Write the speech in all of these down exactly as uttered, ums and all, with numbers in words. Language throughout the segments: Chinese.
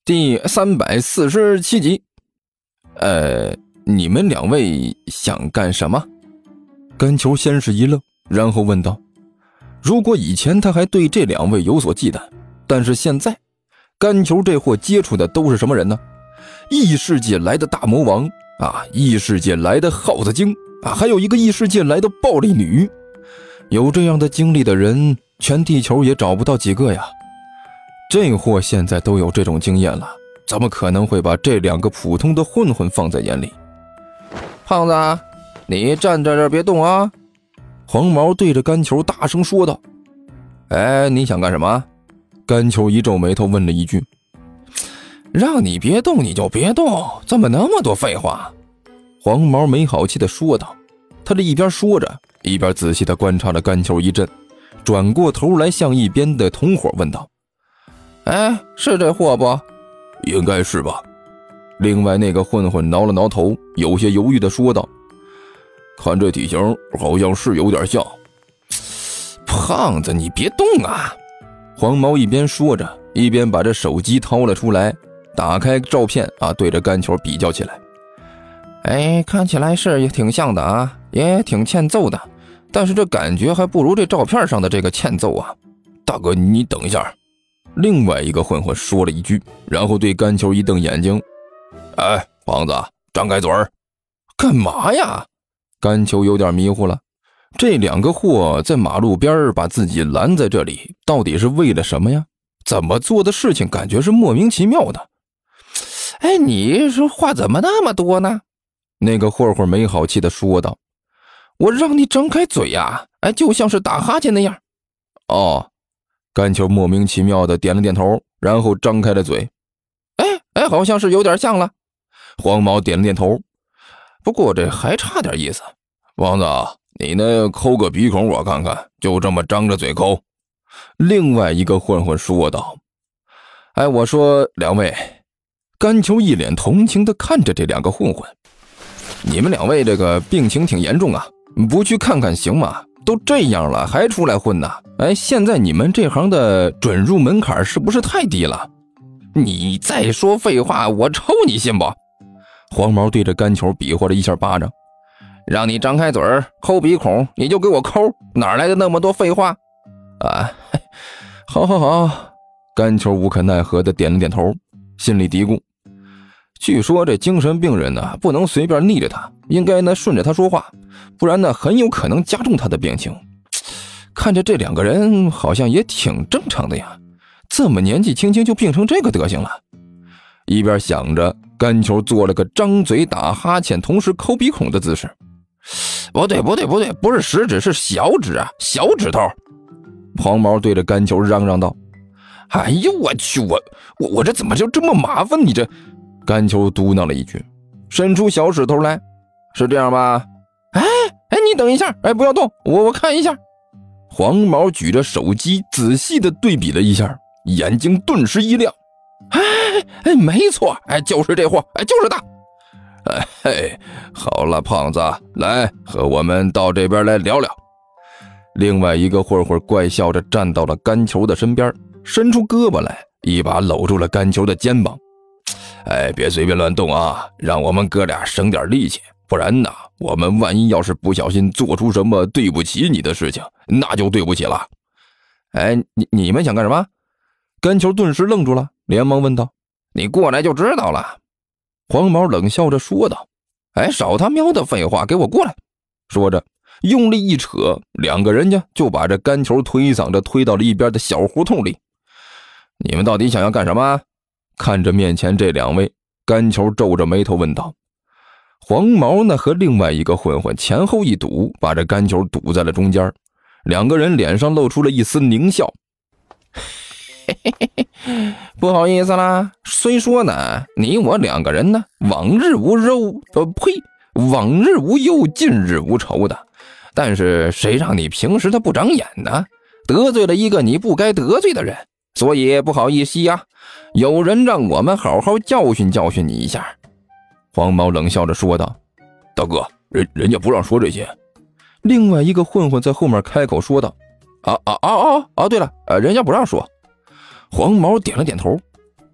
第三百四十七集。呃，你们两位想干什么？甘球先是一愣，然后问道。如果以前他还对这两位有所忌惮，但是现在甘球这货接触的都是什么人呢？异世界来的大魔王啊，异世界来的耗子精啊，还有一个异世界来的暴力女。有这样的经历的人，全地球也找不到几个呀。这货现在都有这种经验了，怎么可能会把这两个普通的混混放在眼里？胖子，你站在这儿别动啊！黄毛对着甘球大声说道。哎，你想干什么？甘球一皱眉头问了一句。让你别动你就别动，怎么那么多废话？黄毛没好气地说道。他这一边说着，一边仔细地观察了甘球一阵，转过头来向一边的同伙问道。哎，是这货不？应该是吧。另外那个混混挠了挠头，有些犹豫地说道。看这体型好像是有点像。胖子你别动啊！黄毛一边说着，一边把这手机掏了出来，打开照片啊，对着甘球比较起来。哎，看起来是也挺像的啊，也挺欠揍的，但是这感觉还不如这照片上的这个欠揍啊。大哥你等一下。另外一个混混说了一句，然后对甘球一瞪眼睛。哎，胖子张开嘴儿。干嘛呀？甘球有点迷糊了，这两个货在马路边把自己拦在这里，到底是为了什么呀？怎么做的事情感觉是莫名其妙的。哎，你说话怎么那么多呢？那个混混没好气地说道。我让你张开嘴呀，哎，就像是打哈欠那样。哦，甘球莫名其妙地点了点头，然后张开了嘴。哎哎，好像是有点像了。黄毛点了点头。不过这还差点意思。王子，你那抠个鼻孔我看看，就这么张着嘴抠。另外一个混混说道。哎，我说两位。甘球一脸同情地看着这两个混混。你们两位这个病情挺严重啊，不去看看行吗？都这样了还出来混呢？哎，现在你们这行的准入门槛是不是太低了？你再说废话，我抽你信不？黄毛对着甘球比划了一下巴掌。让你张开嘴儿抠鼻孔，你就给我抠，哪来的那么多废话？啊，好好好。甘球无可奈何地点了点头，心里嘀咕。据说这精神病人呢，不能随便逆着他，应该呢顺着他说话，不然呢很有可能加重他的病情。看着这两个人好像也挺正常的呀，这么年纪轻轻就病成这个德行了。一边想着，甘球做了个张嘴打哈欠同时抠鼻孔的姿势。不对不对不对，不是食指是小指啊，小指头。黄毛对着甘球嚷嚷道。哎呦我去，我我我这怎么就这么麻烦你这？甘球嘟囔了一句，伸出小指头来。是这样吧？哎哎，你等一下，哎，不要动，我我看一下。黄毛举着手机仔细地对比了一下，眼睛顿时一亮。哎哎，没错，哎，就是这货，哎，就是他。哎嘿，好了，胖子，来和我们到这边来聊聊。另外一个混混怪笑着站到了甘球的身边，伸出胳膊来，一把搂住了甘球的肩膀。哎，别随便乱动啊，让我们哥俩省点力气，不然呢，我们万一要是不小心做出什么对不起你的事情，那就对不起了。哎，你你们想干什么？甘球顿时愣住了，连忙问道。你过来就知道了。黄毛冷笑着说道。哎，少他喵的废话，给我过来。说着用力一扯，两个人家就把这甘球推搡着推到了一边的小胡同里。你们到底想要干什么？看着面前这两位，甘球皱着眉头问道。黄毛呢和另外一个混混前后一堵，把这甘球堵在了中间，两个人脸上露出了一丝狞笑。嘿嘿嘿嘿，不好意思啦，虽说呢你我两个人呢往日无忧呃呸往日无忧近日无仇的，但是谁让你平时他不长眼呢，得罪了一个你不该得罪的人，所以不好意思呀，有人让我们好好教训教训你一下。黄毛冷笑着说道。大哥，人人家不让说这些。另外一个混混在后面开口说道。啊啊啊啊啊！对了，呃，人家不让说。黄毛点了点头。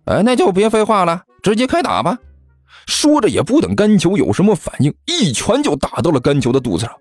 哎，那就别废话了，直接开打吧。说着也不等甘球有什么反应，一拳就打到了甘球的肚子上。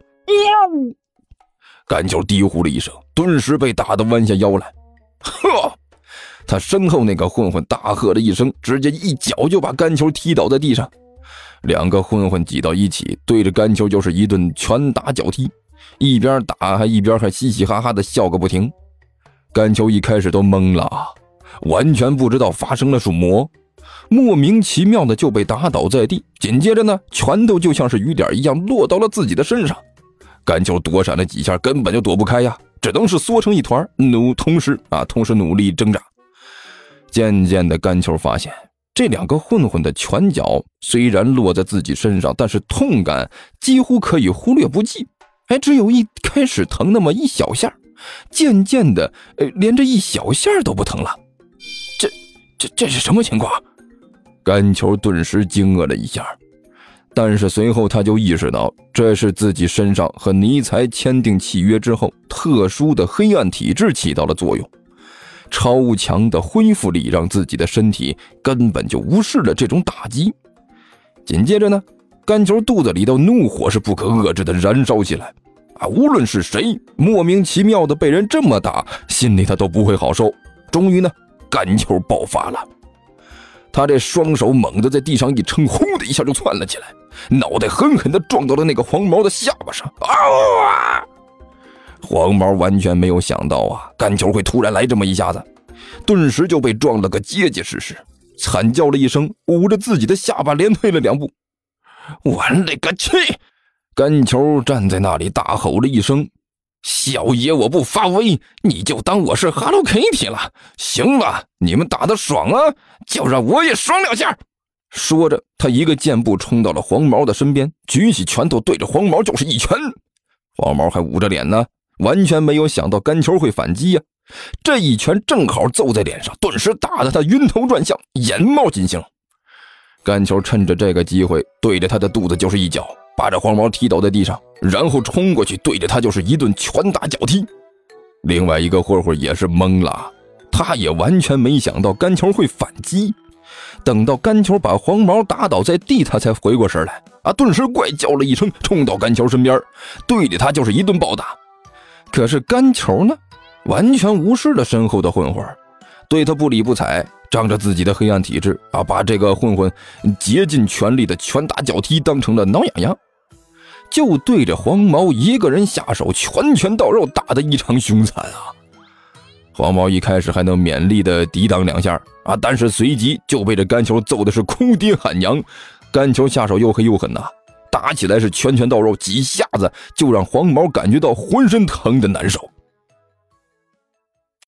甘球低呼了一声，顿时被打得弯下腰来。呵！他身后那个混混大喝了一声，直接一脚就把甘球踢倒在地上。两个混混挤到一起，对着甘球就是一顿拳打脚踢，一边打还一边还嘻嘻哈哈的笑个不停。甘球一开始都懵了，完全不知道发生了什么，莫名其妙的就被打倒在地，紧接着呢，拳头就像是雨点一样落到了自己的身上。甘球躲闪了几下，根本就躲不开呀，只能是缩成一团，努同时啊，同时努力挣扎。渐渐的，甘球发现这两个混混的拳脚虽然落在自己身上，但是痛感几乎可以忽略不计，还只有一开始疼那么一小下，渐渐的，呃，连这一小下都不疼了。这、这、这是什么情况？甘球顿时惊愕了一下，但是随后他就意识到，这是自己身上和尼采签订契约之后，特殊的黑暗体质起到了作用。超强的恢复力让自己的身体根本就无视了这种打击。紧接着呢，甘球肚子里的怒火是不可遏制的燃烧起来啊！无论是谁，莫名其妙的被人这么打，心里他都不会好受。终于呢，甘球爆发了。他这双手猛地在地上一撑，呼的一下就窜了起来，脑袋狠狠地撞到了那个黄毛的下巴上。啊！黄毛完全没有想到啊，甘球会突然来这么一下子，顿时就被撞了个结结实实，惨叫了一声，捂着自己的下巴连退了两步。我勒个去！甘球站在那里大吼了一声：小爷我不发威，你就当我是 Hello Kitty 了。行了，你们打得爽啊，就让我也爽两下。说着，他一个箭步冲到了黄毛的身边，举起拳头对着黄毛就是一拳。黄毛还捂着脸呢，完全没有想到甘球会反击呀、啊！这一拳正好揍在脸上，顿时打得他晕头转向，眼冒金星。甘球趁着这个机会，对着他的肚子就是一脚，把这黄毛踢倒在地上，然后冲过去对着他就是一顿拳打脚踢。另外一个混混也是懵了，他也完全没想到甘球会反击。等到甘球把黄毛打倒在地，他才回过神来啊，顿时怪叫了一声，冲到甘球身边，对着他就是一顿暴打。可是甘球呢，完全无视了身后的混混，对他不理不睬，仗着自己的黑暗体质啊，把这个混混竭尽全力的拳打脚踢当成了挠痒痒，就对着黄毛一个人下手，拳拳到肉，打得异常凶残啊！黄毛一开始还能勉力的抵挡两下啊，但是随即就被这甘球揍的是哭爹喊娘。甘球下手又黑又狠呐、啊，打起来是拳拳到肉，几下子就让黄毛感觉到浑身疼的难受。